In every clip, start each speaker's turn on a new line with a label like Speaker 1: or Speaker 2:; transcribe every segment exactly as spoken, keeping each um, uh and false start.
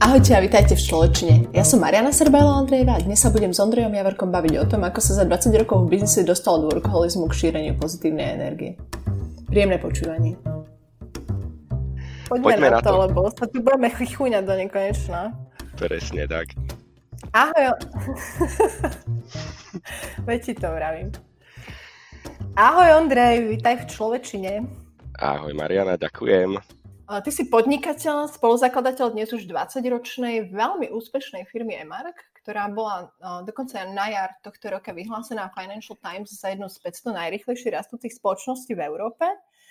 Speaker 1: Ahojte a vitajte v Človečine. Ja som Mariana Serbajlová Ondrejeva a dnes sa budem s Ondrejom Javorkom baviť o tom, ako sa za dvadsať rokov v biznise dostal od workoholizmu k šíreniu pozitívnej energie. Príjemné počúvanie. Poďme, Poďme na, na to, to, lebo sa tu budeme chichúňať do nekonečna.
Speaker 2: Presne tak.
Speaker 1: Ahoj. Veď ti to vravím. Ahoj Ondrej, vitaj v Človečine.
Speaker 2: Ahoj Mariana, ďakujem.
Speaker 1: Ty si podnikateľ, spoluzakladateľ dnes už dvadsaťročnej veľmi úspešnej firmy Emark, ktorá bola dokonca na jar tohto roka vyhlásená Financial Times za jednu z päťsto najrýchlejšie rastúcich spoločností v Európe.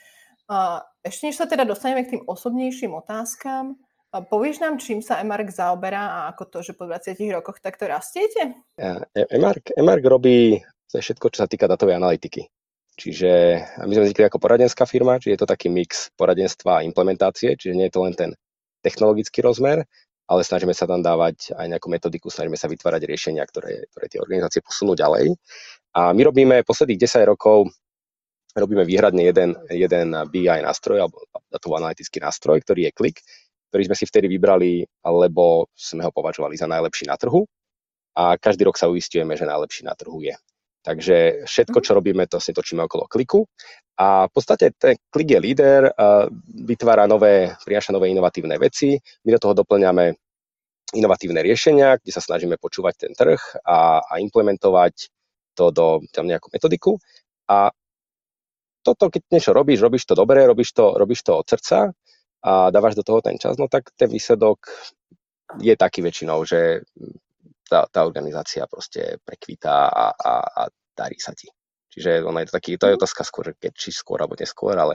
Speaker 1: Ešte než sa teda dostaneme k tým osobnejším otázkam, povieš nám, čím sa Emark zaoberá a ako to, že po dvadsiatich rokoch takto rastiete?
Speaker 2: Emark, Emark robí všetko, čo sa týka datovej analytiky. Čiže my sme vznikli ako poradenská firma, čiže je to taký mix poradenstva a implementácie, čiže nie je to len ten technologický rozmer, ale snažíme sa tam dávať aj nejakú metodiku, snažíme sa vytvárať riešenia, ktoré, ktoré tie organizácie posunú ďalej. A my robíme posledných desať rokov, robíme výhradne jeden, jeden bé í nástroj, alebo datovo analytický nástroj, ktorý je Qlik, ktorý sme si vtedy vybrali, lebo sme ho považovali za najlepší na trhu a každý rok sa uisťujeme, že najlepší na trhu je. Takže všetko, čo robíme, to si točíme okolo Kliku. A v podstate ten Klik je líder, vytvára nové, prináša nové inovatívne veci. My do toho doplňame inovatívne riešenia, kde sa snažíme počúvať ten trh a, a implementovať to do tam nejakú metodiku. A toto, keď niečo robíš, robíš to dobre, robíš to, robíš to od srdca a dávaš do toho ten čas, no tak ten výsledok je taký väčšinou, že Tá, tá organizácia proste prekvitá a, a, a darí sa ti. Čiže ona je to taký, to je otázka skôr, keď či skôr alebo neskôr, ale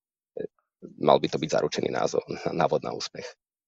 Speaker 2: mal by to byť zaručený názov, návod na úspech.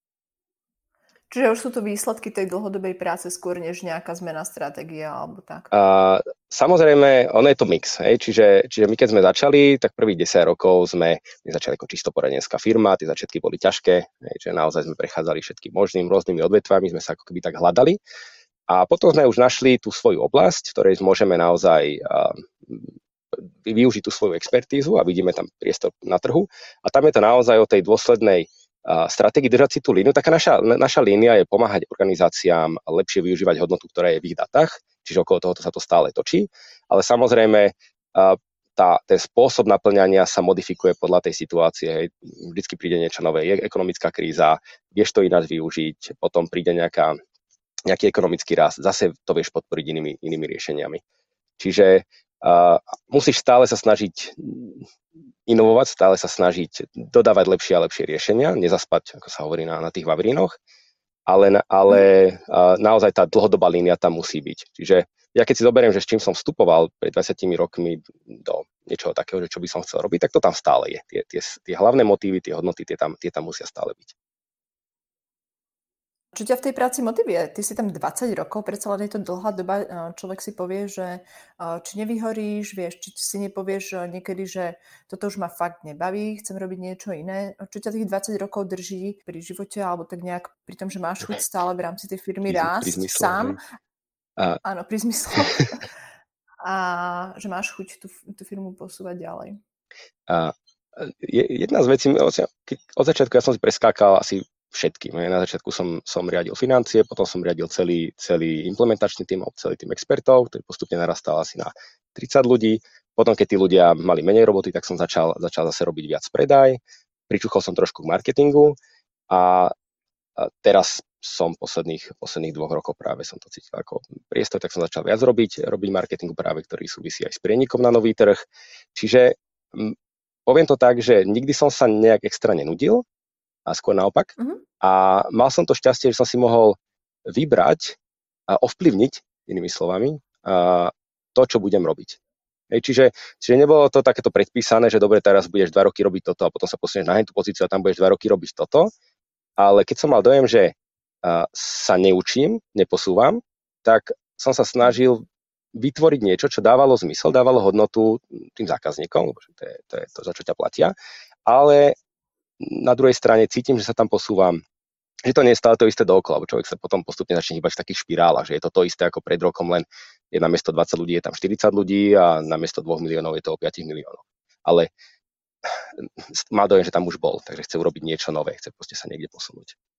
Speaker 1: Čiže už sú to výsledky tej dlhodobej práce skôr než nejaká zmena stratégie alebo tak?
Speaker 2: Uh, samozrejme, ono je to mix. Hej? Čiže, čiže my keď sme začali, tak prvých desať rokov sme začali ako čisto poradenská firma, tie začiatky boli ťažké, hej? Čiže naozaj sme prechádzali všetkým možným rôznymi odvetvami, sme sa ako keby tak hľadali. A potom sme už našli tú svoju oblasť, v ktorej môžeme naozaj uh, využiť tú svoju expertízu a vidíme tam priestor na trhu. A tam je to naozaj o tej dôslednej uh, stratégii držať si tú líniu. Taká naša, naša línia je pomáhať organizáciám lepšie využívať hodnotu, ktorá je v ich datách, čiže okolo tohoto sa to stále točí. Ale samozrejme, uh, tá, ten spôsob naplňania sa modifikuje podľa tej situácie. Hej. Vždycky príde niečo nové, je ekonomická kríza, vieš to ináč využiť, potom príde nejaká nejaký ekonomický rast, zase to vieš podporiť inými, inými riešeniami. Čiže uh, musíš stále sa snažiť inovovať, stále sa snažiť dodávať lepšie a lepšie riešenia, nezaspať, ako sa hovorí na, na tých vavrínoch, ale, ale uh, naozaj tá dlhodobá línia tam musí byť. Čiže ja keď si zoberiem, že s čím som vstupoval pred dvadsiatimi rokmi do niečoho takého, že čo by som chcel robiť, tak to tam stále je. Tie, tie, tie hlavné motívy, tie hodnoty, tie tam, tie tam musia stále byť.
Speaker 1: Čo ťa v tej práci motivuje? Ty si tam dvadsať rokov, predsa len je to dlhá doba, človek si povie, že či nevyhoríš, vieš, či si nepovieš niekedy, že toto už ma fakt nebaví, chcem robiť niečo iné. Čo ťa tých dvadsať rokov drží pri živote, alebo tak nejak pri tom, že máš chuť stále v rámci tej firmy rásť sám? A... Áno, pri zmysle. A že máš chuť tú, tú firmu posúvať ďalej.
Speaker 2: A jedna z vecí, od začiatku ja som si preskákal asi všetkým. Na začiatku som, som riadil financie, potom som riadil celý, celý implementačný tím, celý tým expertov, ktorý postupne narastal asi na tridsať ľudí. Potom, keď tí ľudia mali menej roboty, tak som začal, začal zase robiť viac predaj. Pričuchol som trošku k marketingu a, a teraz som posledných, posledných dvoch rokov práve som to cítil ako priestor, tak som začal viac robiť, robiť marketingu práve, ktorý súvisí aj s prienikom na nový trh. Čiže m, poviem to tak, že nikdy som sa nejak extra nenudil, a skôr naopak. Uh-huh. A mal som to šťastie, že som si mohol vybrať a ovplyvniť, inými slovami, a to, čo budem robiť. Hej, čiže, čiže nebolo to takéto predpísané, že dobre, teraz budeš dva roky robiť toto a potom sa posunieš na tú pozíciu a tam budeš dva roky robiť toto. Ale keď som mal dojem, že a, sa neučím, neposúvam, tak som sa snažil vytvoriť niečo, čo dávalo zmysel, dávalo hodnotu tým zákazníkom, lebo to je to, je to za čo ťa platia, ale na druhej strane cítim, že sa tam posúvam, že to nie je stále to isté dookola, lebo človek sa potom postupne začne hýbať v takých špirálach, že je to to isté ako pred rokom, len je na miesto dvadsať ľudí, je tam štyridsať ľudí a na miesto dvoch miliónov je to o päť miliónov. Ale má dojem, že tam už bol, takže chce urobiť niečo nové, chce proste sa niekde posunúť.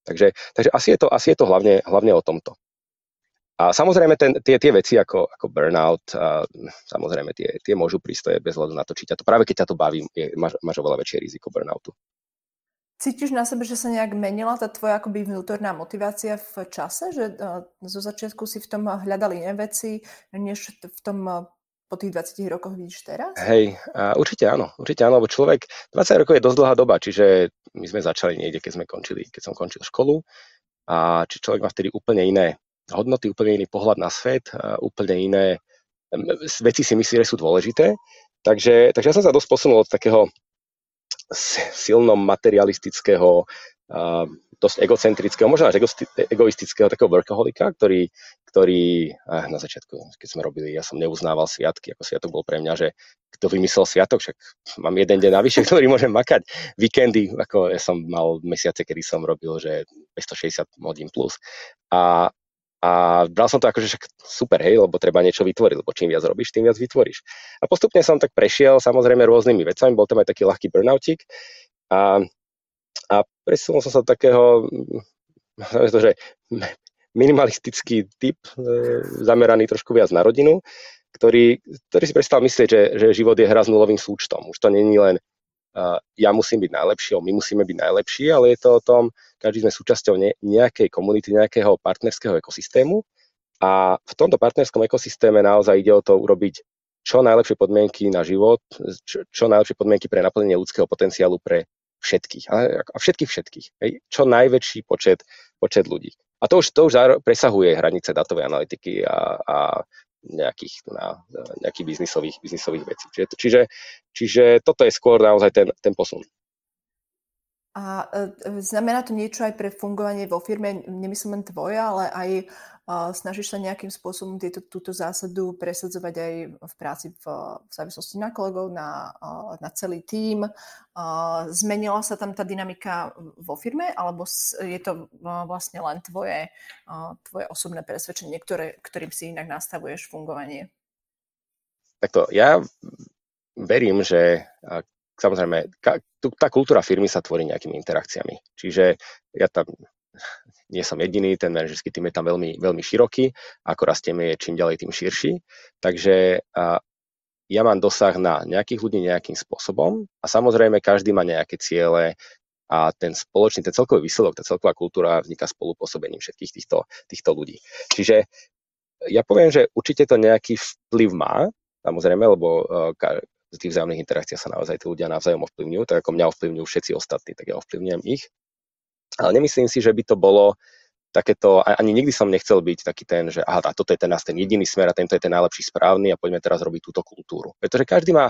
Speaker 2: Takže, takže asi je to, asi je to hlavne, hlavne o tomto. A samozrejme ten, tie, tie veci ako, ako burnout, a samozrejme tie, tie môžu prísť bez hľadu na to, či ťa to, práve keď ťa to baví, je, máš, máš oveľa väčšie riziko burnoutu.
Speaker 1: Cítiš na sebe, že sa nejak menila tá tvoja akoby vnútorná motivácia v čase? Že uh, zo začiatku si v tom hľadal iné veci, než v tom uh, po tých dvadsiatich rokoch vidíš teraz?
Speaker 2: Hej, uh, určite áno, určite áno, lebo človek, dvadsať rokov je dosť dlhá doba, čiže my sme začali niekde, keď sme končili, keď som končil školu, a či človek má vtedy úplne iné hodnoty, úplne iný pohľad na svet, úplne iné veci si myslí, že sú dôležité. Takže, takže ja som sa dosť posunul od takého silno materialistického, dosť egocentrického, možno až egoistického takého workoholika, ktorý, ktorý na začiatku, keď sme robili, ja som neuznával sviatky, ako sviatok bol pre mňa, že kto vymyslel sviatok, však mám jeden deň navyše, ktorý môžem makať. Víkendy, ako ja som mal mesiace, kedy som robil, že dvestošesťdesiat hodín plus. A A bral som to ako, že však super, hej, lebo treba niečo vytvoriť, lebo čím viac robíš, tým viac vytvoríš. A postupne som tak prešiel samozrejme rôznymi vecami, bol tam aj taký ľahký burnoutik a, a presunul som sa do takého, to, že minimalistický typ, zameraný trošku viac na rodinu, ktorý, ktorý si prestal myslieť, že, že život je hra s nulovým súčtom. Už to nie je len Uh, ja musím byť najlepší, my musíme byť najlepší, ale je to o tom, každý sme súčasťou ne, nejakej komunity, nejakého partnerského ekosystému a v tomto partnerskom ekosystéme naozaj ide o to urobiť čo najlepšie podmienky na život, čo, čo najlepšie podmienky pre naplnenie ľudského potenciálu pre všetkých. A, a všetkých všetkých. Hej? Čo najväčší počet, počet ľudí. A to už, to už presahuje hranice datovej analytiky a, a nejakých, na, nejakých biznisových, biznisových vecí. Čiže, čiže, čiže toto je skôr naozaj ten, ten posun.
Speaker 1: A e, znamená to niečo aj pre fungovanie vo firme, nemyslím len tvoja, ale aj e, snažíš sa nejakým spôsobom tieto, túto zásadu presadzovať aj v práci v, v závislosti na kolegov, na, e, na celý tím. E, zmenila sa tam tá dynamika vo firme, alebo je to e, vlastne len tvoje, e, tvoje osobné presvedčenie, ktoré, ktorým si inak nastavuješ fungovanie?
Speaker 2: Takto, ja verím, že samozrejme, tá kultúra firmy sa tvorí nejakými interakciami. Čiže ja tam nie som jediný, ten manažerský tým je tam veľmi, veľmi široký, ako rastieme je čím ďalej, tým širší. Takže ja mám dosah na nejakých ľudí nejakým spôsobom a samozrejme každý má nejaké ciele a ten spoločný, ten celkový výsledok, tá celková kultúra vzniká spolupôsobením všetkých týchto, týchto ľudí. Čiže ja poviem, že určite to nejaký vplyv má, samozrejme, lebo z tých vzájomných interakcií sa naozaj tí ľudia navzájom ovplyvňujú, tak ako mňa ovplyvňujú všetci ostatní, tak ja ovplyvňujem ich. Ale nemyslím si, že by to bolo takéto, ani nikdy som nechcel byť taký ten, že aha, toto je ten nás ten jediný smer a tento je ten najlepší správny a poďme teraz robiť túto kultúru. Pretože každý má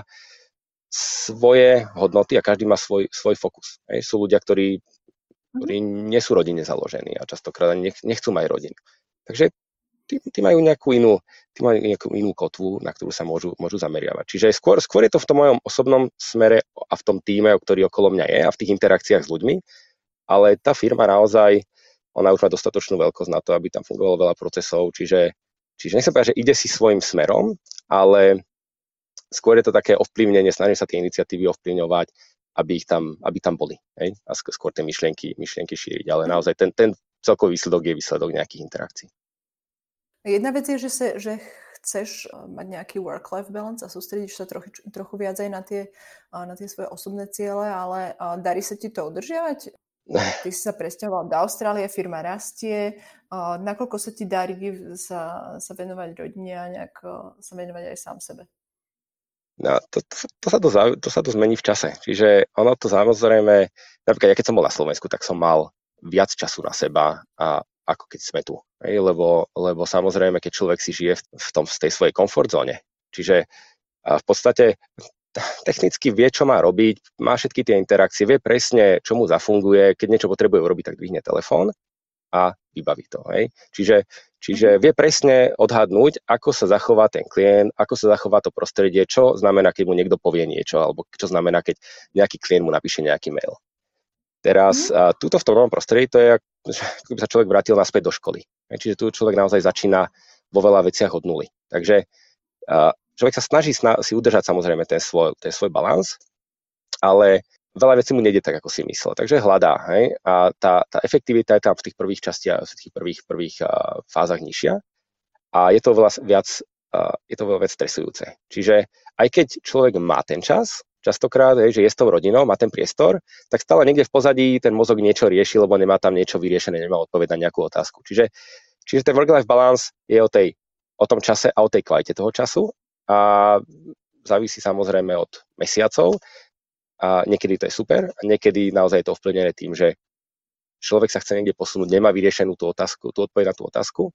Speaker 2: svoje hodnoty a každý má svoj, svoj fokus. Hej. Sú ľudia, ktorí, ktorí nie sú rodine založení a častokrát nech, nechcú mať rodinu. Takže Tí, tí majú nejakú inú, tí majú nejakú inú kotvu, na ktorú sa môžu, môžu zameriavať. Čiže skôr, skôr je to v tom mojom osobnom smere a v tom tíme, ktorý okolo mňa je a v tých interakciách s ľuďmi, ale tá firma naozaj, ona už má dostatočnú veľkosť na to, aby tam fungovalo veľa procesov, čiže, čiže nechcem povedať, že ide si svojím smerom, ale skôr je to také ovplyvnenie, snažím sa tie iniciatívy ovplyvňovať, aby, ich tam, aby tam boli. Hej? A skôr tie myšlienky, myšlienky šíriť, ale naozaj ten, ten celkový výsledok je výsledok nejakých interakcií.
Speaker 1: Jedna vec je, že, sa, že chceš mať nejaký work-life balance a sústredíš sa trochu, trochu viac aj na tie, na tie svoje osobné ciele, ale darí sa ti to udržiavať? Ty si sa presťahoval do Austrálie, firma rastie. Nakoľko sa ti darí sa, sa venovať rodine a nejak sa venovať aj sám sebe?
Speaker 2: No, to, to, to, sa to, to sa to zmení v čase. Čiže ono to samozrejme, napríklad ja keď som bol na Slovensku, tak som mal viac času na seba a ako keď sme tu. Hej, lebo, lebo samozrejme, keď človek si žije v, tom, v tej svojej komfort zóne, čiže v podstate technicky vie, čo má robiť, má všetky tie interakcie, vie presne, čo mu zafunguje, keď niečo potrebuje urobiť, tak dvihne telefón a vybaví to. Hej. Čiže, čiže vie presne odhadnúť, ako sa zachová ten klient, ako sa zachová to prostredie, čo znamená, keď mu niekto povie niečo, alebo čo znamená, keď nejaký klient mu napíše nejaký mail. Teraz, mm. túto v tom novom prostredí, to je, ako by sa človek vrátil naspäť do školy. Čiže tu človek naozaj začína vo veľa veciach od nuly. Takže človek sa snaží si udržať samozrejme ten svoj, ten svoj balans, ale veľa vecí mu nejde tak, ako si myslel. Takže hľadá, hej, a tá, tá efektivita je tam v tých prvých častiach, v tých prvých, prvých uh, fázach nižšia a je to veľa viac, uh, je to veľa viac stresujúce. Čiže aj keď človek má ten čas, častokrát, hej, že je s tou rodinou, má ten priestor, tak stále niekde v pozadí ten mozog niečo rieši, lebo nemá tam niečo vyriešené, nemá odpoveď na nejakú otázku. Čiže, čiže ten work-life balance je o, tej, o tom čase a o tej kvalite toho času a závisí samozrejme od mesiacov. A niekedy to je super a niekedy naozaj je to ovplyvnené tým, že človek sa chce niekde posunúť, nemá vyriešenú tú otázku, tú odpoveď na tú otázku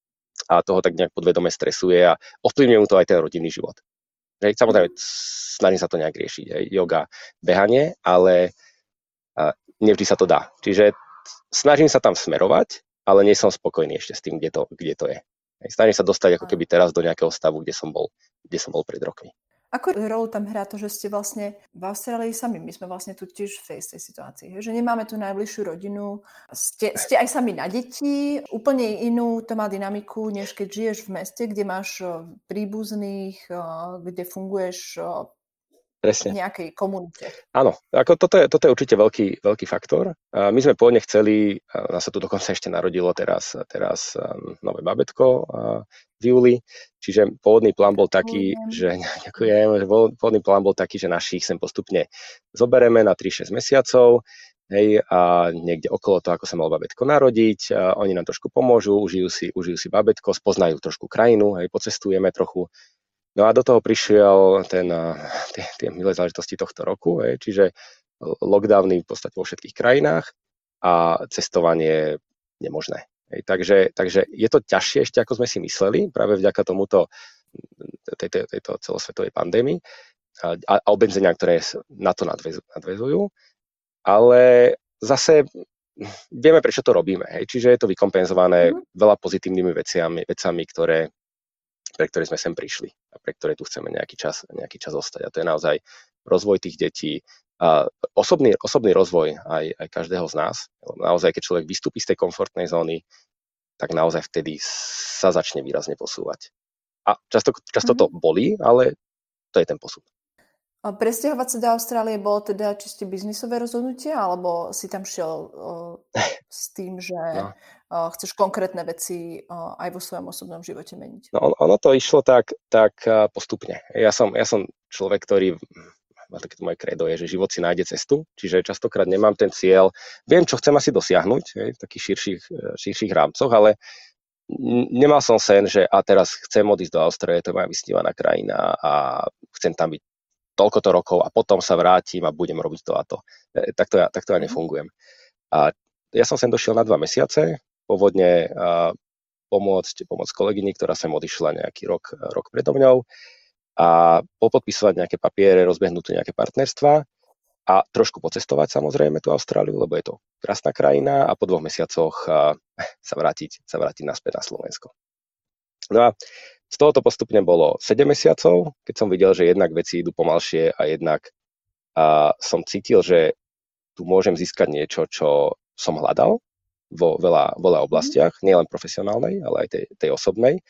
Speaker 2: a toho tak nejak podvedome stresuje a ovplyvňuje mu to aj ten rodinný život. Hej, samozrejme, snažím sa to nejak riešiť, hej, yoga, behanie, ale a, nevždy sa to dá. Čiže snažím sa tam smerovať, ale nie som spokojný ešte s tým, kde to, kde to je. Hej, snažím sa dostať ako keby teraz do nejakého stavu, kde som bol, kde som bol pred rokmi.
Speaker 1: Ako rolu tam hrá to, že ste vlastne v Austrálii sami? My sme vlastne tu tiež v tej istej situácii, že nemáme tu najbližšiu rodinu. Ste, ste aj sami na deti, úplne inú to má dynamiku, než keď žiješ v meste, kde máš príbuzných, kde funguješ
Speaker 2: Presne.
Speaker 1: v nejakej komunite.
Speaker 2: Áno, ako toto, je, toto je určite veľký, veľký faktor. My sme pôvodne chceli, nás sa tu dokonca ešte narodilo teraz, teraz nové babetko v júli, čiže pôvodný plán bol taký, že ďakujem, že pôvodný plán bol taký, že našich sem postupne zobereme na tri šesť mesiacov, hej, a niekde okolo toho, ako sa mal babetko narodiť, a oni nám trošku pomôžu, užijú si, užijú si babetko, spoznajú trošku krajinu, hej, pocestujeme trochu. No a do toho prišiel ten, tie, tie milé záležitosti tohto roku, hej, čiže lockdowny v podstate vo všetkých krajinách a cestovanie nemožné. Hej, takže, takže je to ťažšie ešte, ako sme si mysleli, práve vďaka tomuto tejto, tejto celosvetovej pandémii a, a obmedzenia, ktoré na to nadväzujú. Ale zase vieme, prečo to robíme. Hej, čiže je to vykompenzované mm. veľa pozitívnymi veciami, vecami, ktoré pre ktoré sme sem prišli a pre ktoré tu chceme nejaký čas, nejaký čas ostať. A to je naozaj rozvoj tých detí, a osobný, osobný rozvoj aj, aj každého z nás. Naozaj, keď človek vystúpi z tej komfortnej zóny, tak naozaj vtedy sa začne výrazne posúvať. A často, často mm-hmm. to bolí, ale to je ten posun.
Speaker 1: A presťahovať sa do Austrálie bolo teda čiste biznisové rozhodnutie, alebo si tam šiel uh, s tým, že no. uh, chceš konkrétne veci uh, aj vo svojom osobnom živote meniť?
Speaker 2: No, ono to išlo tak, tak uh, postupne. Ja som, ja som človek, ktorý, má takéto moje kredo, je, že život si nájde cestu, čiže častokrát nemám ten cieľ. Viem, čo chcem asi dosiahnuť, hej, v takých širších, širších rámcoch, ale nemal som sen, že a teraz chcem odísť do Austrálie, to je moja vysnívaná krajina a chcem tam byť toľkoto rokov a potom sa vrátim a budem robiť to a to. E, takto ja, takto ja nefungujem. A ja som sem došiel na dva mesiace, pôvodne a, pomôcť, pomôcť kolegyni, ktorá sem odišla nejaký rok, rok predo mňou a popodpisovať nejaké papiere, rozbehnúť tu nejaké partnerstvá a trošku pocestovať samozrejme tú Austráliu, lebo je to krásna krajina a po dvoch mesiacoch a, sa vrátiť, sa vrátiť naspäť na Slovensko. No a z tohoto postupne bolo sedem mesiacov, keď som videl, že jednak veci idú pomalšie a jednak a som cítil, že tu môžem získať niečo, čo som hľadal vo veľa, veľa oblastiach, nielen profesionálnej, ale aj tej, tej osobnej.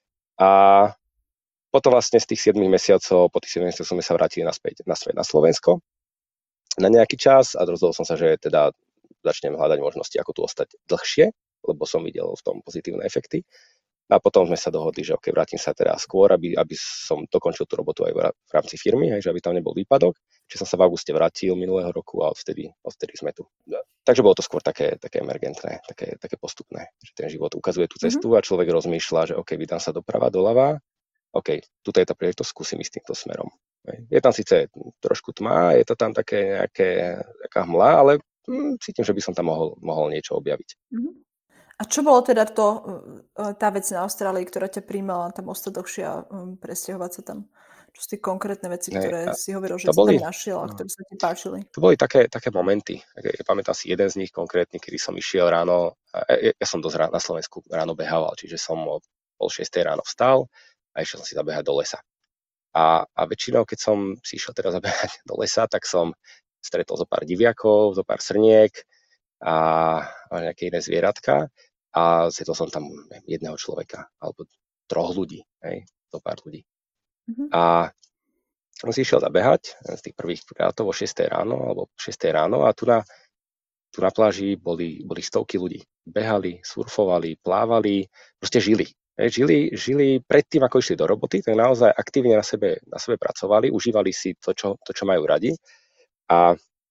Speaker 2: A potom vlastne z tých siedmich mesiacov, po tých siedmich mesiacoch sme sa vrátili naspäť, naspäť na Slovensko na nejaký čas a rozhodol som sa, že teda začnem hľadať možnosti, ako tu ostať dlhšie, lebo som videl v tom pozitívne efekty. A potom sme sa dohodli, že ok, vrátim sa teda skôr, aby, aby som dokončil tú robotu aj v rámci firmy, hej, že aby tam nebol výpadok. Čiže som sa v auguste vrátil minulého roku a odvtedy, odvtedy sme tu. Takže bolo to skôr také, také emergentné, také, také postupné. Že ten život ukazuje tú cestu mm-hmm. a človek rozmýšľa, že ok, vydám sa doprava, doľava, ok, tuto je tá príležitosť, skúsim ísť týmto smerom. Hej. Je tam síce trošku tma, je to tam také nejaké, taká hmla, ale hm, cítim, že by som tam mohol, mohol niečo objaviť.
Speaker 1: Mm-hmm. A čo bolo teda to, tá vec na Austrálii, ktorá ťa príjmala tam ostať dlhšie a um, presťahovať sa tam? Čo sú tie konkrétne veci, ktoré ne, si hovoril, že si boli, tam našiel a ktoré sa ti páčili? To
Speaker 2: boli také, také momenty. Ja pamätám si jeden z nich konkrétny, kedy som išiel ráno, ja, ja som dosť ráno, na Slovensku ráno behával, čiže som o pol šiestej ráno vstal a išiel som si zabehať do lesa. A, a väčšinou, keď som si išiel teraz zabehať do lesa, tak som stretol zo pár diviakov, zo pár srniek a, a nejaké iné zvieratka. A stretol som tam jedného človeka, alebo troch ľudí, hej, to pár ľudí. Mm-hmm. A on si išiel zabehať z tých prvých krátov o šiestej ráno alebo šiestej ráno a tu na, tu na pláži boli, boli stovky ľudí. Behali, surfovali, plávali, proste žili. Hej, žili, žili predtým, ako išli do roboty, tak naozaj aktívne na sebe, na sebe pracovali, užívali si to, čo, to, čo majú radi. A,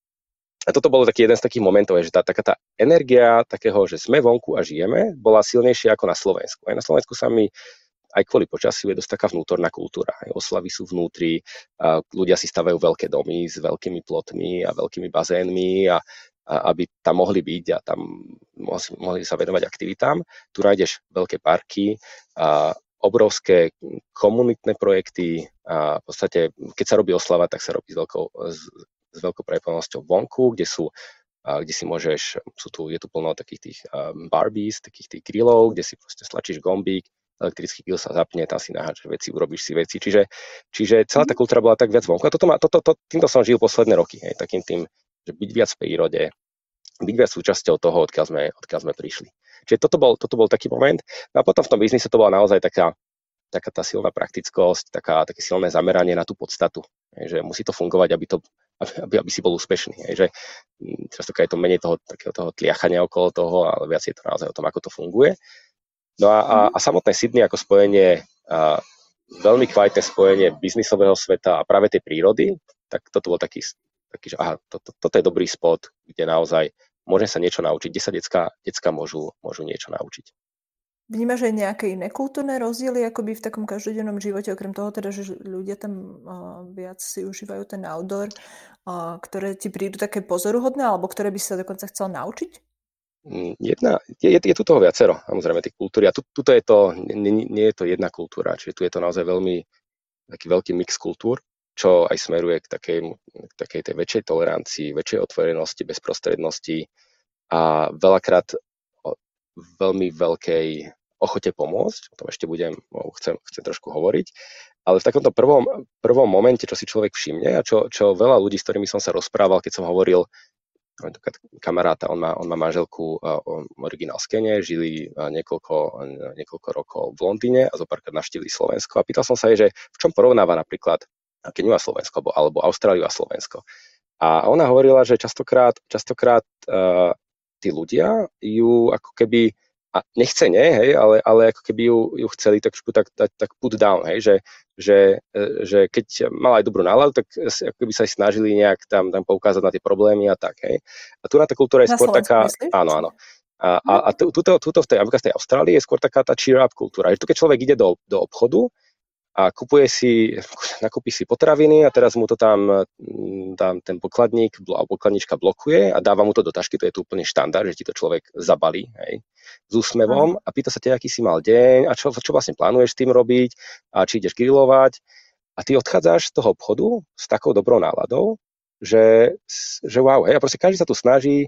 Speaker 2: a toto bolo taký jeden z takých momentov, že tá, taká tá energia takého, že sme vonku a žijeme, bola silnejšia ako na Slovensku. Aj na Slovensku sa mi aj kvôli počasiu je dosť taká vnútorná kultúra. Aj oslavy sú vnútri, a ľudia si stavajú veľké domy s veľkými plotmi a veľkými bazénmi, a, a aby tam mohli byť a tam mohli, mohli sa venovať aktivitám. Tu nájdeš veľké parky, a obrovské komunitné projekty a v podstate, keď sa robí oslava, tak sa robí s veľkou, s, s veľkou prepojenosťou vonku, kde sú a kde si môžeš, sú tu, je tu plno takých tých um, barbies, takých tých grillov, kde si proste stlačíš gombík, elektrický grill sa zapne, tam si naháčeš veci, urobíš si veci. Čiže, čiže celá tá kultúra bola tak viac vonku. A toto ma, toto, to, týmto som žil posledné roky. Hej, takým tým, že byť viac v prírode, byť viac súčasťou toho, odkiaľ sme, odkiaľ sme prišli. Čiže toto bol, toto bol taký moment. No a potom v tom biznise to bola naozaj taká, taká tá silná praktickosť, taká, také silné zameranie na tú podstatu. Hej, že musí to fungovať, aby, to, aby, aby si bol úspešný. Hej, že častokrát je to menej toho, takého toho tliachania okolo toho, ale viac je to naozaj o tom, ako to funguje. No a, a, a samotné Sydney ako spojenie, a veľmi kvalitné spojenie biznisového sveta a práve tej prírody, tak toto bol taký, taký že aha, to, to, toto je dobrý spot, kde naozaj môže sa niečo naučiť, kde sa decka, decka môžu, môžu niečo naučiť.
Speaker 1: Vnímaš aj nejaké iné kultúrne rozdiely akoby v takom každodennom živote, okrem toho teda, že ľudia tam uh, viac si užívajú ten outdoor, uh, ktoré ti prídu také pozoruhodné, alebo ktoré by si sa dokonca chcel naučiť?
Speaker 2: Jedna, je, je tu toho viacero, samozrejme, tých kultúry. A tu, tuto je to, nie, nie je to jedna kultúra, čiže tu je to naozaj veľmi taký veľký mix kultúr, čo aj smeruje k takej, k takej tej väčšej tolerancii, väčšej otvorenosti, bezprostrednosti a veľakrát o veľmi veľkej ochote pomôcť. O tom ešte budem, chcem, chcem trošku hovoriť. Ale v takomto prvom, prvom momente, čo si človek všimne a čo, čo veľa ľudí, s ktorými som sa rozprával, keď som hovoril, kamaráta, on má, on má manželku uh, originál z Kene, žili uh, niekoľko, uh, niekoľko rokov v Londýne a zopárkrát navštívili Slovensko. A pýtal som sa jej, že v čom porovnáva napríklad Keniu a Slovensko, alebo, alebo Austráliu a Slovensko. A ona hovorila, že častokrát, častokrát uh, tí ľudia ju ako keby, a nechce nie, hej, ale, ale ako keby ju, ju chceli tak, tak, tak, tak put down, hej, že, že, že keď mala aj dobrú náladu, tak ako keby sa aj snažili nejak tam, tam poukázať na tie problémy a tak, hej. A tu na tá kultúra je
Speaker 1: Na
Speaker 2: skôr
Speaker 1: Slovensku
Speaker 2: taká,
Speaker 1: myslíš?
Speaker 2: áno, áno. A, a, a tuto, tuto v tej, v tej Austrálii je skôr taká tá cheer up kultúra, že tu keď človek ide do, do obchodu a kupuje si, nakúpi si potraviny a teraz mu to tam, tam ten pokladník alebo pokladnička blokuje a dáva mu to do tašky, to je tu úplne štandard, že ti to človek zabalí, hej, s úsmevom a pýta sa ťa, aký si mal deň a čo, čo vlastne plánuješ s tým robiť a či ideš grilovať a ty odchádzaš z toho obchodu s takou dobrou náladou, že, že wow, hej, a proste každý sa tu snaží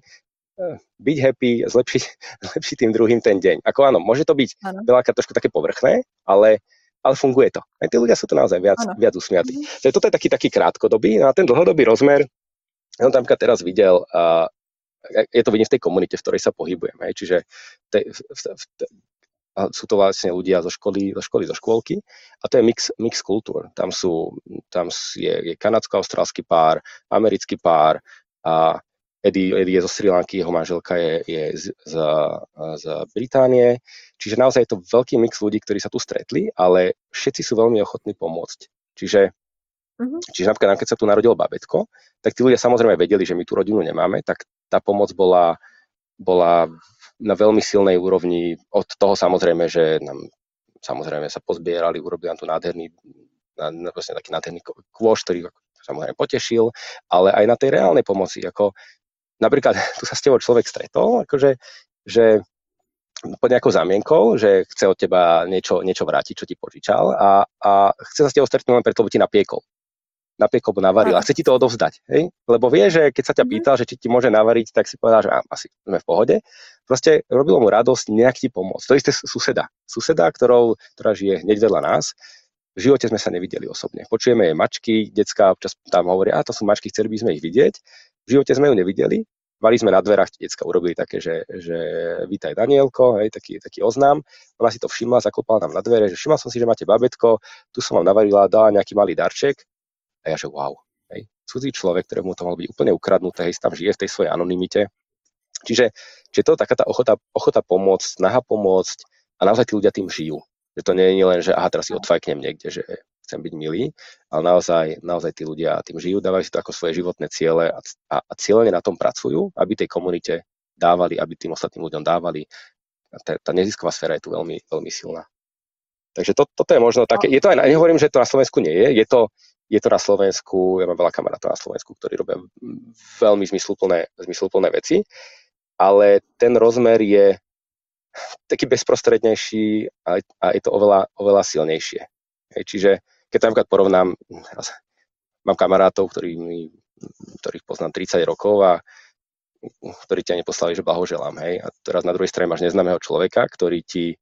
Speaker 2: byť happy, zlepšiť, zlepšiť tým druhým ten deň. Ako áno, môže to byť veľakrát trošku také povrchné, ale ale funguje to. Aj tí ľudia sú tu naozaj viac, viac usmiatí. Mm-hmm. Takže toto je taký, taký krátkodobý, no a ten dlhodobý rozmer, ja som tam teraz videl, uh, je to vidím v tej komunite, v ktorej sa pohybujem, hej, čiže te, v, v, te, sú to vlastne ľudia zo školy, zo školy, zo škôlky a to je mix, mix kultúr. Tam sú, tam je, je kanadsko-austrálsky pár, americký pár a Eddie, Eddie je zo Sri Lanky, jeho manželka je, je z, z, z Británie. Čiže naozaj je to veľký mix ľudí, ktorí sa tu stretli, ale všetci sú veľmi ochotní pomôcť. Čiže, uh-huh. čiže napríklad, keď sa tu narodilo babetko, tak tí ľudia samozrejme vedeli, že my tú rodinu nemáme, tak tá pomoc bola, bola na veľmi silnej úrovni. Od toho samozrejme, že nám samozrejme sa pozbierali, urobili nám tu nádherný, vlastne taký nádherný kôš, ktorý samozrejme potešil, ale aj na tej reálnej pomoci, ako napríklad tu sa s tebou človek stretol, akože, že pod nejakou zámienkou, že chce od teba niečo, niečo vrátiť, čo ti požičal a, a chce sa s tebou stretnúť len preto, lebo ti napiekol. Napiekol, bo navaril a chce ti to odovzdať. Hej? Lebo vie, že keď sa ťa pýtal, že či ti môže navariť, tak si povedal, že á, asi sme v pohode. Proste robilo mu radosť nejak ti pomôcť. To isté suseda. Suseda, ktorou, ktorá žije hneď vedľa nás. V živote sme sa nevideli osobne. Počujeme jej mačky, decká občas tam hovoria, a to sú mačky, chceli by sme ich vidieť. V živote sme ju nevideli, mali sme na dverách, decká urobili také, že, že vítaj Danielko, hej, taký, taký oznám. Ona si to všimla, zaklopala nám na dvere, že všimla som si, že máte babetko, tu som vám navarila, dala nejaký malý darček. A ja, že wow. Hej. Cudzí človek, ktorému to malo byť úplne ukradnuté, hej, tam žije v tej svojej anonymite. Čiže, čiže to je taká tá ochota, ochota pomôcť, snaha pomôcť a naozaj tí ľudia tým žijú. Že to nie je len, že aha, teraz si odfajknem niekde, že chcem byť milý, ale naozaj, naozaj tí ľudia tým žijú, dávajú si to ako svoje životné ciele a, a, a cieľene na tom pracujú, aby tej komunite dávali, aby tým ostatným ľuďom dávali. Tá, tá nezisková sféra je tu veľmi, veľmi silná. Takže to, toto je možno také, je to aj, nehovorím, že to na Slovensku nie je, je to, je to na Slovensku, ja mám veľa kamarátov na Slovensku, ktorí robia veľmi zmysluplné, zmysluplné veci, ale ten rozmer je taký bezprostrednejší a, a je to oveľa, oveľa silnejšie. Hej, čiže keď tam napríklad porovnám, mám kamarátov, ktorí, ktorých poznám tridsať rokov a ktorí ťa neposlali, že blahoželám. Hej, a teraz na druhej strane máš neznámeho človeka, ktorý ti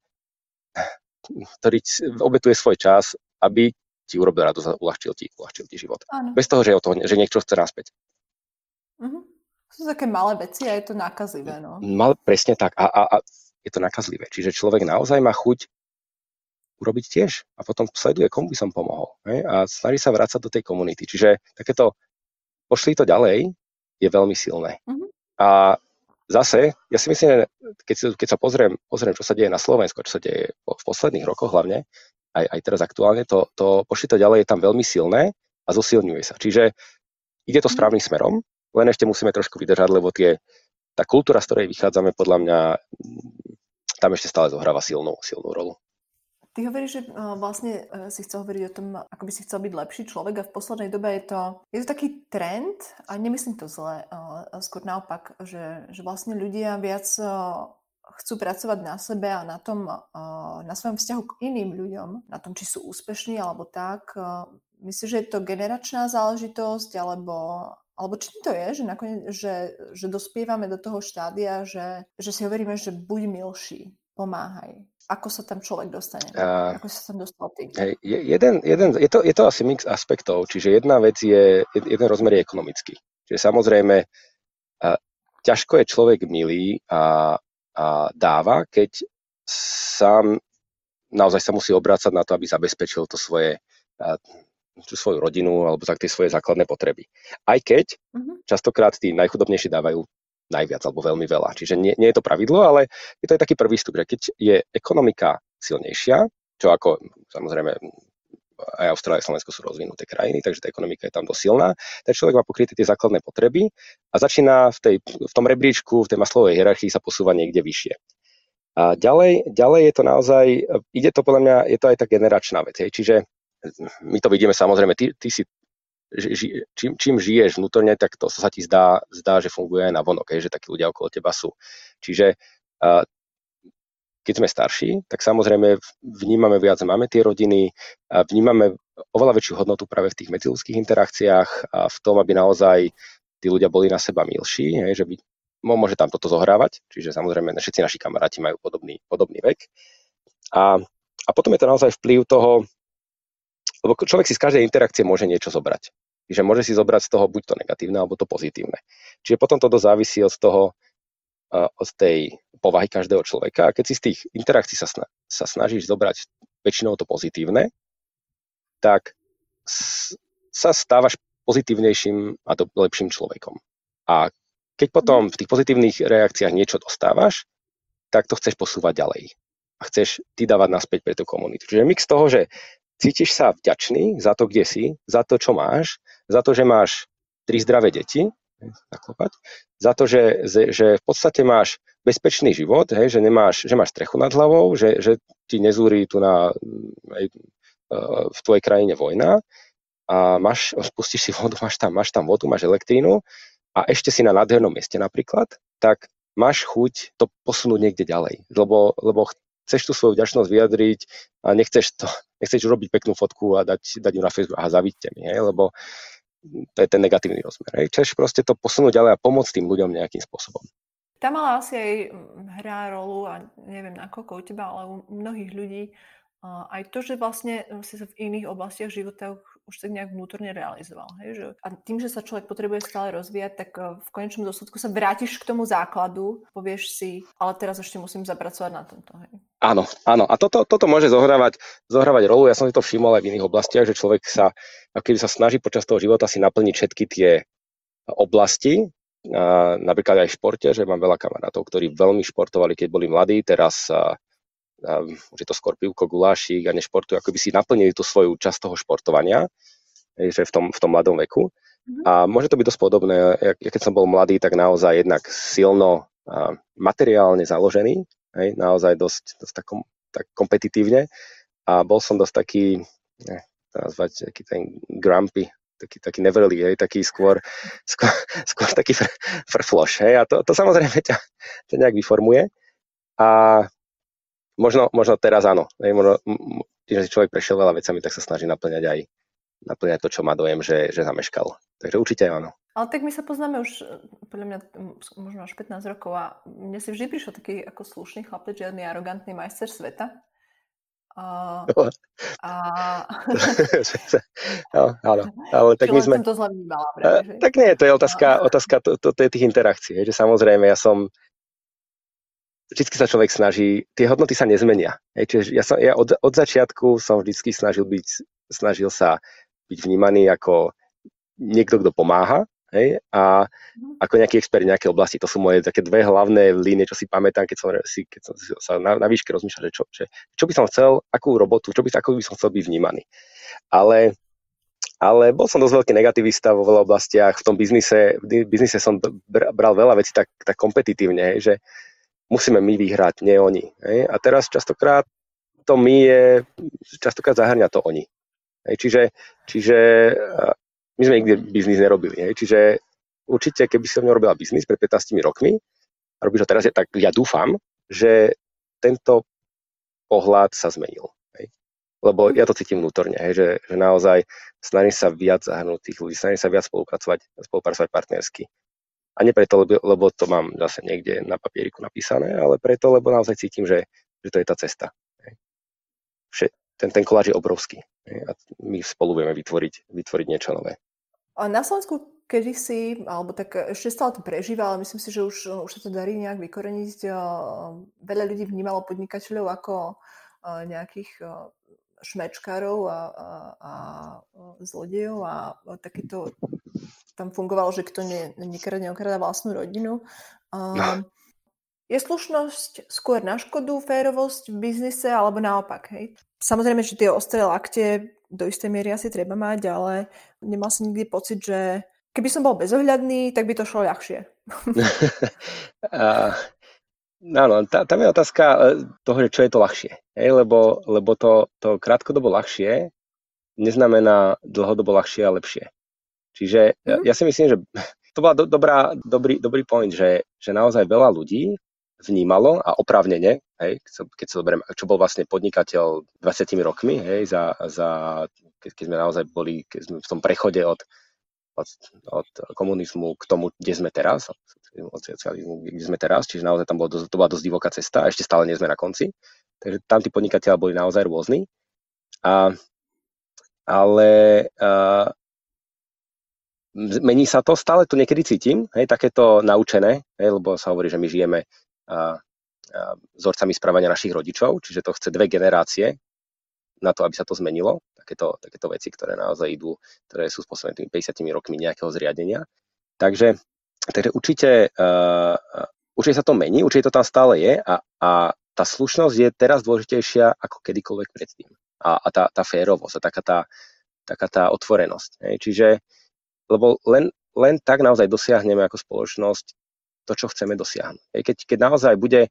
Speaker 2: ktorý obetuje svoj čas, aby ti urobil radosť a uľahčil ti, uľahčil ti život. Áno. Bez toho, že, o toho, že niekto chce naspäť.
Speaker 1: Uh-huh. Sú také malé veci a je to nakazlivé. No?
Speaker 2: Mal, presne tak. A, a, a je to nakazlivé. Čiže človek naozaj má chuť urobiť tiež. A potom sleduje, komu by som pomohol. Ne? A snaží sa vrácať do tej komunity. Čiže takéto pošli to ďalej je veľmi silné. Uh-huh. A zase, ja si myslím, keď, keď sa pozriem, pozriem, čo sa deje na Slovensku, čo sa deje v posledných rokoch hlavne, aj, aj teraz aktuálne, to, to pošli to ďalej je tam veľmi silné a zosilňuje sa. Čiže ide to správnym smerom, len ešte musíme trošku vydržať, lebo tie, tá kultúra, z ktorej vychádzame, podľa mňa tam ešte stále zohráva silnú, silnú rolu.
Speaker 1: Ty hovoríš, že uh, vlastne uh, si chcel hovoriť o tom, ako by si chcel byť lepší človek a v poslednej dobe je to, je to taký trend a nemyslím to zle, uh, skôr naopak, že, že vlastne ľudia viac uh, chcú pracovať na sebe a na tom, uh, na svojom vzťahu k iným ľuďom, na tom, či sú úspešní alebo tak. Uh, myslíš, že je to generačná záležitosť alebo, alebo čím to je, že, nakoniec, že, že dospievame do toho štádia, že, že si hovoríme, že buď milší, pomáhaj. Ako sa tam človek dostane? Uh, Ako sa tam dostal ty?
Speaker 2: Hej, jeden, jeden, je, to, je to asi mix aspektov. Čiže jedna vec je, jeden rozmer je ekonomický. Čiže samozrejme, uh, ťažko je človek milý a, a dáva, keď sám naozaj sa musí obrácať na to, aby zabezpečil to svoje, uh, tú svoju rodinu alebo tak tie svoje základné potreby. Aj keď uh-huh. častokrát tí najchudobnejší dávajú najviac alebo veľmi veľa. Čiže nie, nie je to pravidlo, ale je to aj taký prvý vstup, že keď je ekonomika silnejšia, čo ako samozrejme aj Austrália a Slovensko sú rozvinuté krajiny, takže tá ekonomika je tam dosť silná, tak človek má pokryté tie základné potreby a začína v, tej, v tom rebríčku, v tej maslovej hierarchii sa posúva niekde vyššie. A ďalej, ďalej je to naozaj, ide to podľa mňa, je to aj tá generačná vec. Hej. Čiže my to vidíme samozrejme, ty, ty si Ži, čím, čím žiješ vnútorne, tak to sa ti zdá, zdá že funguje aj na vonok, že takí ľudia okolo teba sú. Čiže uh, keď sme starší, tak samozrejme vnímame viac, máme tie rodiny, a vnímame oveľa väčšiu hodnotu práve v tých medziľudských interakciách a v tom, aby naozaj tí ľudia boli na seba milší, že by, môže tam toto zohrávať, čiže samozrejme všetci naši kamaráti majú podobný, podobný vek. A, a potom je to naozaj vplyv toho, lebo človek si z každej interakcie môže niečo zobrať. Čiže môže si zobrať z toho buď to negatívne, alebo to pozitívne. Čiže potom to dosť závisí od toho, od tej povahy každého človeka. A keď si z tých interakcií sa, sna- sa snažíš zobrať väčšinou to pozitívne, tak s- sa stávaš pozitívnejším a do- lepším človekom. A keď potom v tých pozitívnych reakciách niečo dostávaš, tak to chceš posúvať ďalej. A chceš ty dávať naspäť pre tú komunitu. Čiže mix toho, že cítiš sa vďačný za to, kde si, za to, čo máš, za to, že máš tri zdravé deti, zaklopať, za to, že, že v podstate máš bezpečný život, hej, že, nemáš, že máš strechu nad hlavou, že, že ti nezúri tu na, aj, v tvojej krajine vojna a máš, spustíš si vodu, máš tam, máš tam vodu, máš elektrínu a ešte si na nádhernom mieste napríklad, tak máš chuť to posunúť niekde ďalej, lebo, lebo chceš tú svoju vďačnosť vyjadriť a nechceš to, nechceš urobiť peknú fotku a dať, dať ju na Facebook a zavidíte mi, hej, lebo to je ten negatívny rozmer. Hej. Chceš proste to posunúť ďalej a pomôcť tým ľuďom nejakým spôsobom.
Speaker 1: Tam ale asi aj hrá rolu, a neviem nakoľko u teba, ale u mnohých ľudí aj to, že vlastne si sa v iných oblastiach života, už tak nejak vnútorne realizoval. Hej? Že, a tým, že sa človek potrebuje stále rozvíjať, tak v konečnom dôsledku sa vrátiš k tomu základu, povieš si, ale teraz ešte musím zapracovať na tomto. Hej?
Speaker 2: Áno, áno. A toto, toto môže zohrávať, zohrávať rolu. Ja som si to všimol aj v iných oblastiach, že človek sa, ako keby sa snaží počas toho života si naplniť všetky tie oblasti, a napríklad aj v športe, že mám veľa kamarátov, ktorí veľmi športovali, keď boli mladí, teraz a, a, už je to skôr pivko, gulášik a nešportujú, ako by si naplnili tú svoju časť toho športovania, že v tom, v tom mladom veku. Mm-hmm. A môže to byť dosť podobné. Ja, ja keď som bol mladý, tak naozaj jednak silno a, materiálne založený, hej, naozaj dosť, dosť tak, tak kompetitívne a bol som dosť taký, ne, to nazvať, taký ten grumpy, taký, taký neverly, hej, taký skôr, skôr, skôr taký fr, frfloš, hej, a to, to samozrejme ťa, ťa nejak vyformuje a možno, možno teraz áno, hej, možno, tým, že si človek prešiel veľa vecami, tak sa snaží naplňať aj naplňať to, čo má dojem, že, že zameškal. Takže určite áno.
Speaker 1: Ale tak my sa poznáme už, podľa mňa, možno až pätnásť rokov a mne si vždy prišiel taký ako slušný chlapec, žiadny arogantný majster sveta. Uh, a...
Speaker 2: no, áno, ale tak my sme...
Speaker 1: som to zle vnímala, práve, že?
Speaker 2: Tak nie, to je otázka, otázka to, to, to je tých interakcií, že samozrejme ja som vždycky sa človek snaží, tie hodnoty sa nezmenia. Čiže ja, som, ja od, od začiatku som vždycky snažil byť, snažil sa byť vnímaný ako niekto, kto pomáha, hej, a ako nejaký expert v nejakej oblasti. To sú moje také dve hlavné línie, čo si pamätám, keď som, si, keď som sa na, na výške rozmýšľal, že čo, že čo by som chcel, akú robotu, čo by, ako by som chcel byť vnímaný. Ale, ale bol som dosť veľký negativista vo veľa oblastiach. V tom biznise, v biznise som bral veľa vecí tak, tak kompetitívne, hej, že musíme my vyhrať, nie oni. Hej. A teraz častokrát to my je, častokrát zahrňa to oni. Hej. Čiže, čiže my sme nikdy biznis nerobili. Hej. Čiže určite, keby som nerobila biznis pred pätnástimi rokmi, a robíš ho teraz, tak ja dúfam, že tento pohľad sa zmenil. Hej. Lebo ja to cítim vnútorne, hej, že, že naozaj snažím sa viac zahrnúť tých ľudí, snažím sa viac spolupracovať, spolupracovať partnersky. A nie preto, lebo, lebo to mám zase niekde na papieriku napísané, ale preto, lebo naozaj cítim, že, že to je tá cesta. Hej. Vše, ten, ten koláč je obrovský. Hej, a my spolu budeme vytvoriť, vytvoriť niečo nové.
Speaker 1: A na Slovensku kedysi, alebo tak ešte stále to prežíva, ale myslím si, že už, už sa to darí nejak vykoreniť. Veľa ľudí vnímalo podnikateľov ako nejakých šmečkárov a, a, a zlodejov a takýto tam fungovalo, že kto ne, nikdy neokradá vlastnú rodinu. Um, je slušnosť skôr na škodu, férovosť v biznise, alebo naopak? Hej? Samozrejme, že tie ostré lakte do istej miery asi treba mať, ale nemal som nikdy pocit, že keby som bol bezohľadný, tak by to šlo ľahšie.
Speaker 2: uh, áno, tá, tam je otázka toho, že čo je to ľahšie. Hej? Lebo, lebo to, to krátkodobo ľahšie neznamená dlhodobo ľahšie a lepšie. Čiže mm. ja si myslím, že to bola do, dobrá, dobrý, dobrý point, že, že naozaj veľa ľudí vnímalo a oprávnene, hej, keď sa doberiem, čo bol vlastne podnikateľ dvadsiatimi rokmi, hej, za, za, keď, keď sme naozaj boli keď sme v tom prechode od, od, od komunizmu k tomu, kde sme teraz, od socializmu, kde sme teraz, čiže naozaj tam bolo dosť, to bola dosť divoká cesta a ešte stále nie sme na konci. Takže tam tí podnikatelia boli naozaj rôzni. A, ale a, mení sa to, stále to niekedy cítim, hej, takéto naučené, hej, lebo sa hovorí, že my žijeme a, a, vzorcami správania našich rodičov, čiže to chce dve generácie na to, aby sa to zmenilo, takéto, takéto veci, ktoré naozaj idú, ktoré sú spôsobené tými päťdesiatimi rokmi nejakého zriadenia. Takže, takže určite, uh, určite sa to mení, určite to tam stále je a, a tá slušnosť je teraz dôležitejšia ako kedykoľvek predtým. A, a tá, tá férovosť, a taká tá, taká tá otvorenosť. Hej. Čiže, lebo len, len tak naozaj dosiahneme ako spoločnosť to, čo chceme dosiahnuť. Keď, keď naozaj bude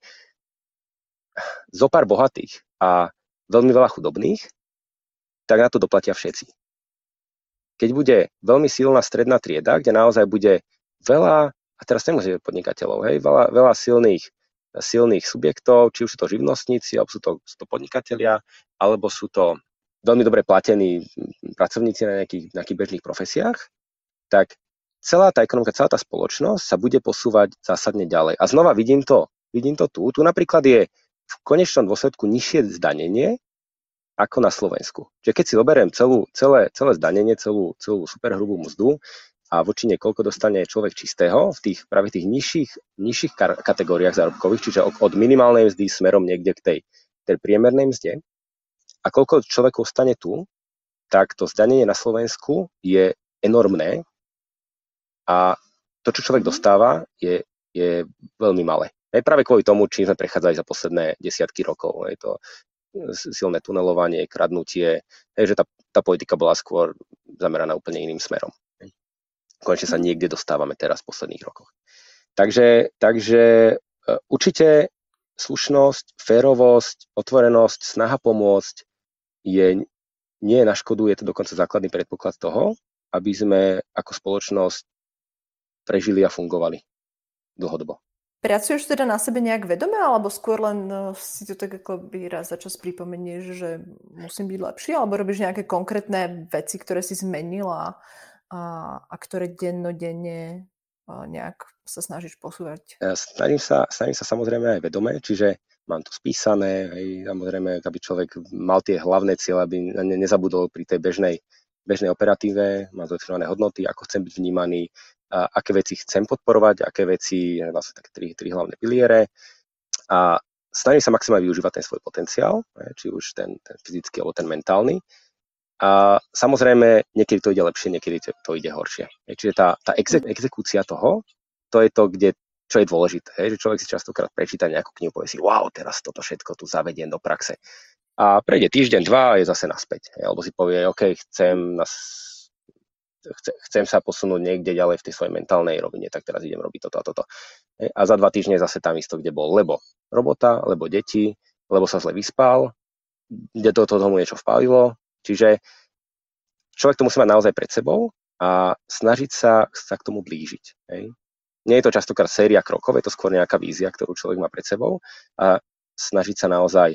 Speaker 2: zopár bohatých a veľmi veľa chudobných, tak na to doplatia všetci. Keď bude veľmi silná stredná trieda, kde naozaj bude veľa, a teraz nemusíme podnikateľov, hej, veľa, veľa silných, silných subjektov, či už sú to živnostníci, alebo sú to, sú to podnikatelia, alebo sú to veľmi dobre platení pracovníci na nejakých, nejakých bežných profesiách, tak celá tá ekonomika, celá tá spoločnosť sa bude posúvať zásadne ďalej. A znova vidím to, vidím to tu. Tu napríklad je v konečnom dôsledku nižšie zdanenie ako na Slovensku. Čiže keď si zoberiem celú, celé, celé zdanenie, celú, celú superhrubú mzdu a voči nej koľko dostane človek čistého v tých práve tých nižších, nižších kategóriách zárobkových, čiže od minimálnej mzdy smerom niekde k tej, tej priemernej mzde a koľko človekov stane tu, tak to zdanenie na Slovensku je enormné a to, čo človek dostáva, je, je veľmi malé. Aj práve kvôli tomu, čím sme prechádzali za posledné desiatky rokov. Je to silné tunelovanie, kradnutie, je, že tá, tá politika bola skôr zameraná úplne iným smerom. Konečne sa niekde dostávame teraz v posledných rokoch. Takže, takže určite slušnosť, férovosť, otvorenosť, snaha pomôcť je, nie je na škodu, je to dokonca základný predpoklad toho, aby sme ako spoločnosť prežili a fungovali dlhodobo.
Speaker 1: Pracuješ teda na sebe nejak vedome, alebo skôr len si to tak ako by raz za čas pripomenieš, že musím byť lepší, alebo robíš nejaké konkrétne veci, ktoré si zmenila a, a ktoré dennodenne nejak sa snažíš posúvať?
Speaker 2: Snažím sa, snažím sa samozrejme aj vedome, čiže mám to spísané, hej, samozrejme, aby človek mal tie hlavné cieľe, aby ne, nezabudol pri tej bežnej, bežnej operatíve, mám zadefinované hodnoty, ako chcem byť vnímaný, a aké veci chcem podporovať, aké veci, vlastne také tri, tri hlavné piliere a snažím sa maximálne využívať ten svoj potenciál, či už ten, ten fyzický alebo ten mentálny. A samozrejme, niekedy to ide lepšie, niekedy to, to ide horšie. Čiže tá, tá exe, exekúcia toho, to je to, kde, čo je dôležité. Že človek si častokrát prečíta nejakú knihu, povie si, wow, teraz toto všetko tu zavediem do praxe. A prejde týždeň, dva a je zase naspäť. Alebo si povie, OK, chcem nás chcem sa posunúť niekde ďalej v tej svojej mentálnej rovine, tak teraz idem robiť toto a toto. A za dva týždne zase tam isto, kde bol, lebo robota, lebo deti, lebo sa zle vyspal, kde to tomu niečo vpálilo. Čiže človek to musí mať naozaj pred sebou a snažiť sa, sa k tomu blížiť. Hej. Nie je to častokrát séria krokov, je to skôr nejaká vízia, ktorú človek má pred sebou a snažiť sa naozaj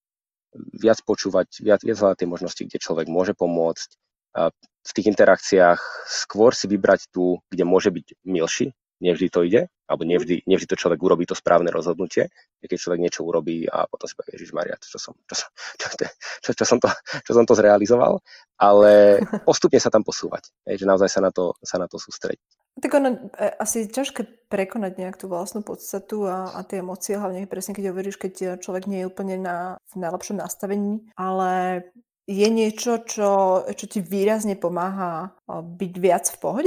Speaker 2: viac počúvať, viac, viac hľadať tie možnosti, kde človek môže pomôcť, a v tých interakciách skôr si vybrať tú, kde môže byť milší, nevždy to ide, alebo nevždy, nevždy to človek urobí to správne rozhodnutie, keď človek niečo urobí a potom si povie, Ježišmaria, čo som, čo, som, čo, čo, čo, som to, čo som to zrealizoval, ale postupne sa tam posúvať, že naozaj sa na to, sa na to sústrediť.
Speaker 1: Tak ono asi je ťažké prekonať nejak tú vlastnú podstatu a, a tie emócie, hlavne presne keď hovoríš, keď človek nie je úplne na, v najlepšom nastavení, ale je niečo, čo, čo ti výrazne pomáha byť viac v pohode?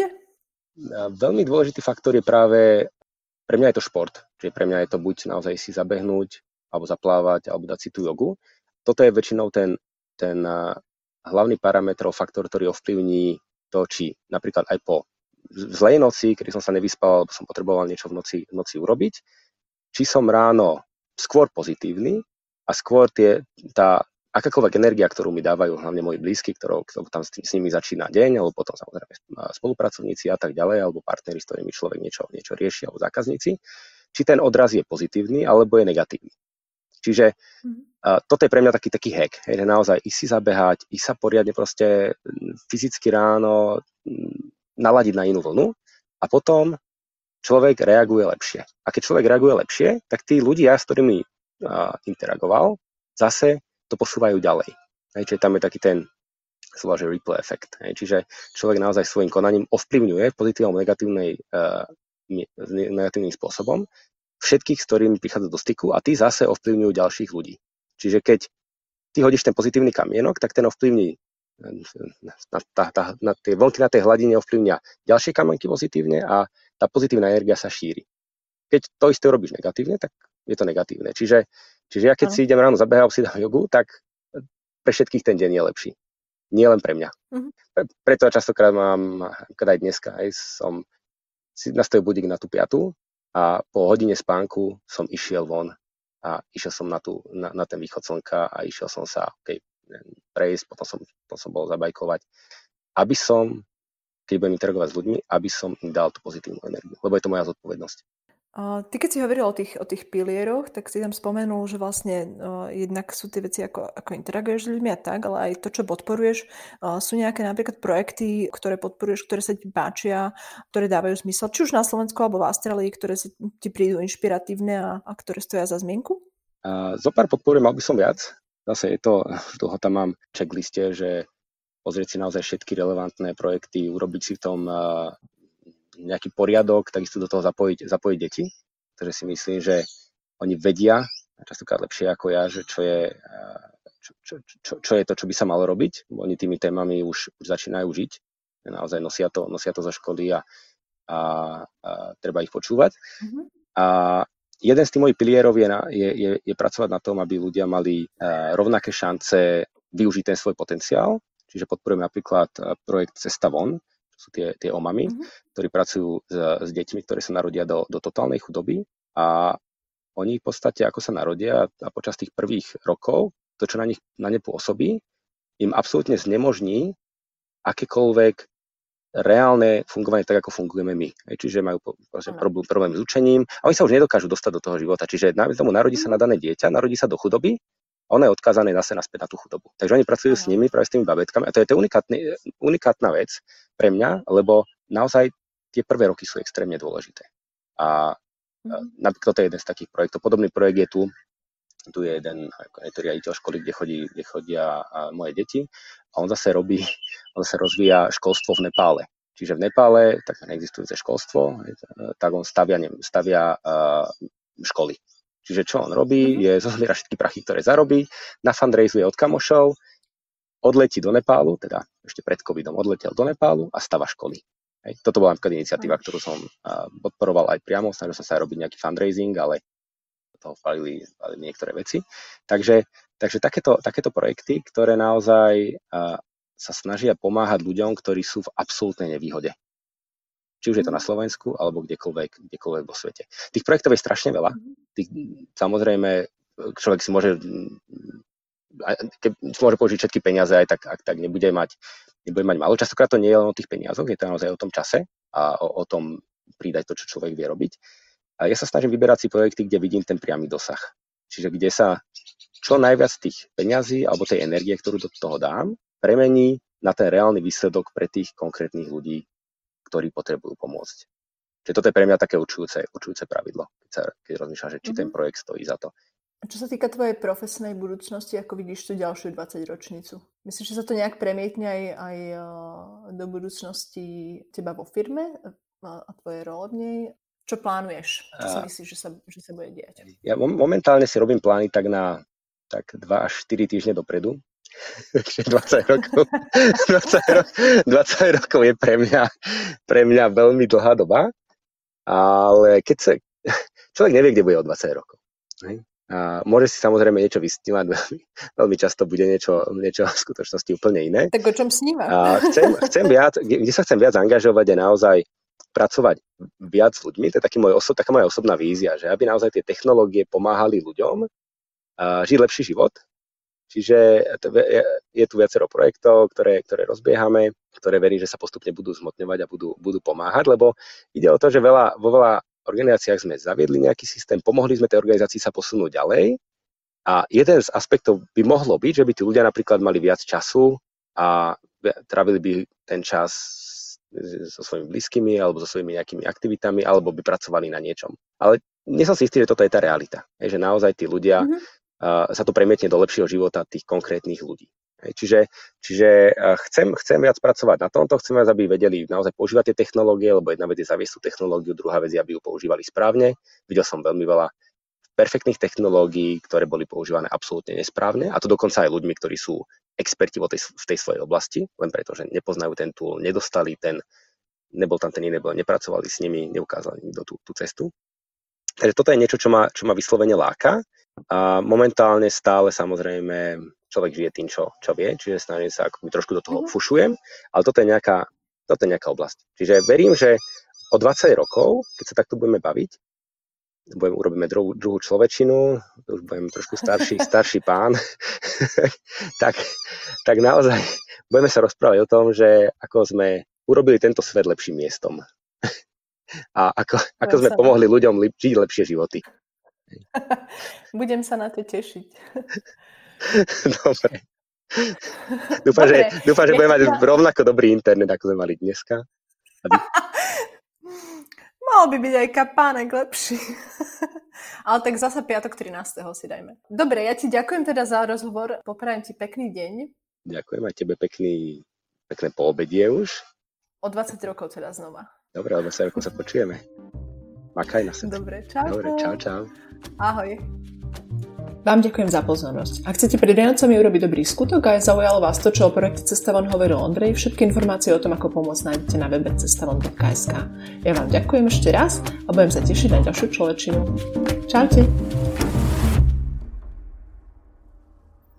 Speaker 2: Veľmi dôležitý faktor je práve, pre mňa je to šport, čiže pre mňa je to buď naozaj si zabehnúť, alebo zaplávať, alebo dať si tú jogu. Toto je väčšinou ten, ten hlavný parametrov, faktor, ktorý ovplyvní to, či napríklad aj po zlej noci, kedy som sa nevyspal, alebo som potreboval niečo v noci, v noci urobiť, či som ráno skôr pozitívny a skôr tie, tá akákoľvek energia, ktorú mi dávajú hlavne moji blízky, ktorou, ktorou tam s, tým, s nimi začína deň, alebo potom samozrejme spolupracovníci a tak ďalej, alebo partneri, s ktorými človek niečo, niečo rieši, alebo zákazníci, či ten odraz je pozitívny, alebo je negatívny. Čiže mm. uh, toto je pre mňa taký, taký hack, hej, že naozaj ísť si zabehať, ísť sa poriadne proste fyzicky ráno naladiť na inú vlnu a potom človek reaguje lepšie. A keď človek reaguje lepšie, tak tí ľudia, s ktorými uh, interagoval, zase to posúvajú ďalej. Hej, čiže tam je taký ten slova, že ripple efekt. Hej, čiže človek naozaj svojím konaním ovplyvňuje pozitívnym negatívnej, uh, negatívnym spôsobom všetkých, s ktorými prichádza do styku a tí zase ovplyvňujú ďalších ľudí. Čiže keď ty hodíš ten pozitívny kamienok, tak ten ovplyvní na, na, na, na tie vlnky na tej hladine ovplyvňa ďalšie kamienky pozitívne a tá pozitívna energia sa šíri. Keď to isté robíš negatívne, tak je to negatívne. Čiže Čiže ja keď si idem ráno zabehať, si dám jogu, tak pre všetkých ten deň je lepší. Nie len pre mňa. Uh-huh. Pre, preto ja častokrát mám, keď aj dneska, aj som si nastavil budík na tú piatu a po hodine spánku som išiel von a išiel som na, tú, na, na ten východ slnka a išiel som sa okay, prejsť, potom som, potom som bol zabajkovať, aby som, keď budem interagovať s ľuďmi, aby som im dal tú pozitívnu energiu, lebo je to moja zodpovednosť.
Speaker 1: Ty keď si hovoril o tých, o tých pilieroch, tak si tam spomenul, že vlastne uh, jednak sú tie veci, ako, ako interaguješ s ľuďmi a tak, ale aj to, čo podporuješ, uh, sú nejaké napríklad projekty, ktoré podporuješ, ktoré sa ti páčia, ktoré dávajú zmysel, či už na Slovensku alebo v Austrálii, ktoré si ti prídu inšpiratívne a, a ktoré stoja za zmienku?
Speaker 2: Uh, Zopár podporujem, mal by som viac. zase je to, toho tam mám v checkliste, že pozrieť si naozaj všetky relevantné projekty, urobiť si v tom uh, nejaký poriadok, takisto do toho zapojiť, zapojiť deti, pretože si myslím, že oni vedia, častokrát lepšie ako ja, že čo je, čo, čo, čo, čo je to, čo by sa malo robiť. Oni tými témami už, už začínajú žiť. Naozaj nosia to, nosia to zo školy a, a, a treba ich počúvať. Mm-hmm. A jeden z tých mojich pilierov je, je, je, je pracovať na tom, aby ľudia mali rovnaké šance využiť ten svoj potenciál. Čiže podporujem napríklad projekt Cesta von, čo sú tie, tie omamy, mm-hmm. ktorí pracujú s, s deťmi, ktoré sa narodia do, do totálnej chudoby. A oni v podstate, ako sa narodia a počas tých prvých rokov, to, čo na nich na ne pôsobí, im absolútne znemožní akékoľvek reálne fungovanie tak, ako fungujeme my. Čiže majú problém, problém s učením a oni sa už nedokážu dostať do toho života. Čiže tomu narodí sa nadané dieťa, narodí sa do chudoby a ono je odkázané zase naspäť na tú chudobu. Takže oni pracujú s nimi, práve s tými babetkami a to je to unikátna vec pre mňa, lebo naozaj tie prvé roky sú extrémne dôležité. A napríklad toto je jeden z takých projektov. Podobný projekt je tu, tu je jeden je to riaditeľ školy, kde, chodí, kde chodia moje deti a on zase robí, on zase rozvíja školstvo v Nepále. Čiže v Nepále, tak neexistujúce školstvo, tak on stavia, stavia uh, školy. Čiže čo on robí, je zozbiera všetky prachy, ktoré zarobí, nafundraizuje od kamošov, odletí do Nepálu, teda ešte pred covidom odletel do Nepálu a stava školy. Hej. Toto bola napríklad iniciatíva, ktorú som uh, podporoval aj priamo, snažil som sa aj robiť nejaký fundraising, ale do toho falili, falili niektoré veci. Takže, takže takéto, takéto projekty, ktoré naozaj uh, sa snažia pomáhať ľuďom, ktorí sú v absolútnej nevýhode. Či už je to na Slovensku, alebo kdekoľvek, kdekoľvek vo svete. Tých projektov je strašne veľa. Tých, samozrejme, človek si môže, keď môže použiť všetky peniaze, aj tak, ak tak nebude mať nebude mať málo. Častokrát to nie je len o tých peniazoch, je to naozaj o tom čase a o, o tom pridať to, čo človek vie robiť. A ja sa snažím vyberať si projekty, kde vidím ten priamy dosah. Čiže kde sa čo najviac tých peňazí alebo tej energie, ktorú do toho dám, premení na ten reálny výsledok pre tých konkrétnych ľudí, ktorí potrebujú pomôcť. Čiže toto je pre mňa také určujúce, určujúce pravidlo, keď, sa, keď rozmýšľam, že či mm-hmm. ten projekt stojí za to.
Speaker 1: A čo sa týka tvojej profesnej budúcnosti, ako vidíš tú ďalšiu dvadsaťročnicu? Myslíš, že sa to nejak premietne aj, aj do budúcnosti teba vo firme a tvoje role v nej? Čo plánuješ? Čo si myslíš, že sa, že sa bude diať?
Speaker 2: Ja momentálne si robím plány tak na tak dva až štyri týždne dopredu. dvadsať rokov, dvadsať, rokov, dvadsať rokov je pre mňa, pre mňa veľmi dlhá doba, ale keď sa, človek nevie, kde bude o dvadsať rokov. Ne? A môže si samozrejme niečo vysnívať, veľmi, veľmi často bude niečo, niečo v skutočnosti úplne iné.
Speaker 1: Tak o čom snívaš?
Speaker 2: A chcem, chcem viac, kde sa chcem viac angažovať je naozaj pracovať viac s ľuďmi, to je taký môj oso, taká moja osobná vízia, že aby naozaj tie technológie pomáhali ľuďom a žiť lepší život. Čiže je tu viacero projektov, ktoré, ktoré rozbiehame, ktoré verím, že sa postupne budú zmotňovať a budú, budú pomáhať, lebo ide o to, že veľa, vo veľa organizáciách sme zaviedli nejaký systém, pomohli sme tej organizácii sa posunúť ďalej a jeden z aspektov by mohlo byť, že by tí ľudia napríklad mali viac času a trávili by ten čas so svojimi blízkymi alebo so svojimi nejakými aktivitami alebo by pracovali na niečom. Ale nie som si istý, že toto je tá realita. Je, že naozaj tí ľudia mm-hmm. uh, sa to premietne do lepšieho života tých konkrétnych ľudí. Čiže, čiže chcem, chcem viac pracovať na tomto, chcem viac, aby vedeli naozaj používať tie technológie, lebo jedna vec je zaviesť tú technológiu, druhá vec je, aby ju používali správne. Videl som veľmi veľa perfektných technológií, ktoré boli používané absolútne nesprávne, a to dokonca aj ľuďmi, ktorí sú experti v tej, v tej svojej oblasti, len preto, že nepoznajú ten tool, nedostali ten, nebol tam ten iný, nepracovali s nimi, neukázali im do tú, tú cestu. Takže toto je niečo, čo ma, čo ma vyslovene láka. A momentálne stále samozrejme človek žije tým, čo, čo vie, čiže snažím sa, ako mi trošku do toho fušujem, ale toto je nejaká, toto je nejaká oblasť. Čiže verím, že o dvadsať rokov, keď sa takto budeme baviť, budem, urobíme druhú, druhú človečinu, už budem trošku starší, starší pán, tak, tak naozaj budeme sa rozprávať o tom, že ako sme urobili tento svet lepším miestom. A ako, ako sme pomohli ľuďom žiť lepšie životy.
Speaker 1: Budem sa na to tešiť.
Speaker 2: Dobre. Dúfam, Dobre. že, dúfam, že budeme mať rovnako dobrý internet, ako sme mali dneska. Aby...
Speaker 1: Mal by byť aj kapánek lepší. Ale tak zasa piatok trinásteho si dajme. Dobre, ja ti ďakujem teda za rozhovor. Poprajem ti pekný deň.
Speaker 2: Ďakujem aj tebe pekný, pekné poobedie už.
Speaker 1: O dvadsať rokov teda znova.
Speaker 2: Dobre, o dvadsať rokov sa počujeme. Makaj na sebe.
Speaker 1: Dobre, čau.
Speaker 2: Dobre, čau, čau.
Speaker 1: Ahoj. Vám ďakujem za pozornosť. Ak chcete pred Vianocami urobiť dobrý skutok a aj zaujalo vás to, čo o projekte Cestavon hovoril Ondrej, všetky informácie o tom, ako pomôcť, nájdete na webe cestavon bodka es ká. Ja vám ďakujem ešte raz a budem sa tešiť na ďalšiu človečinu. Čaute.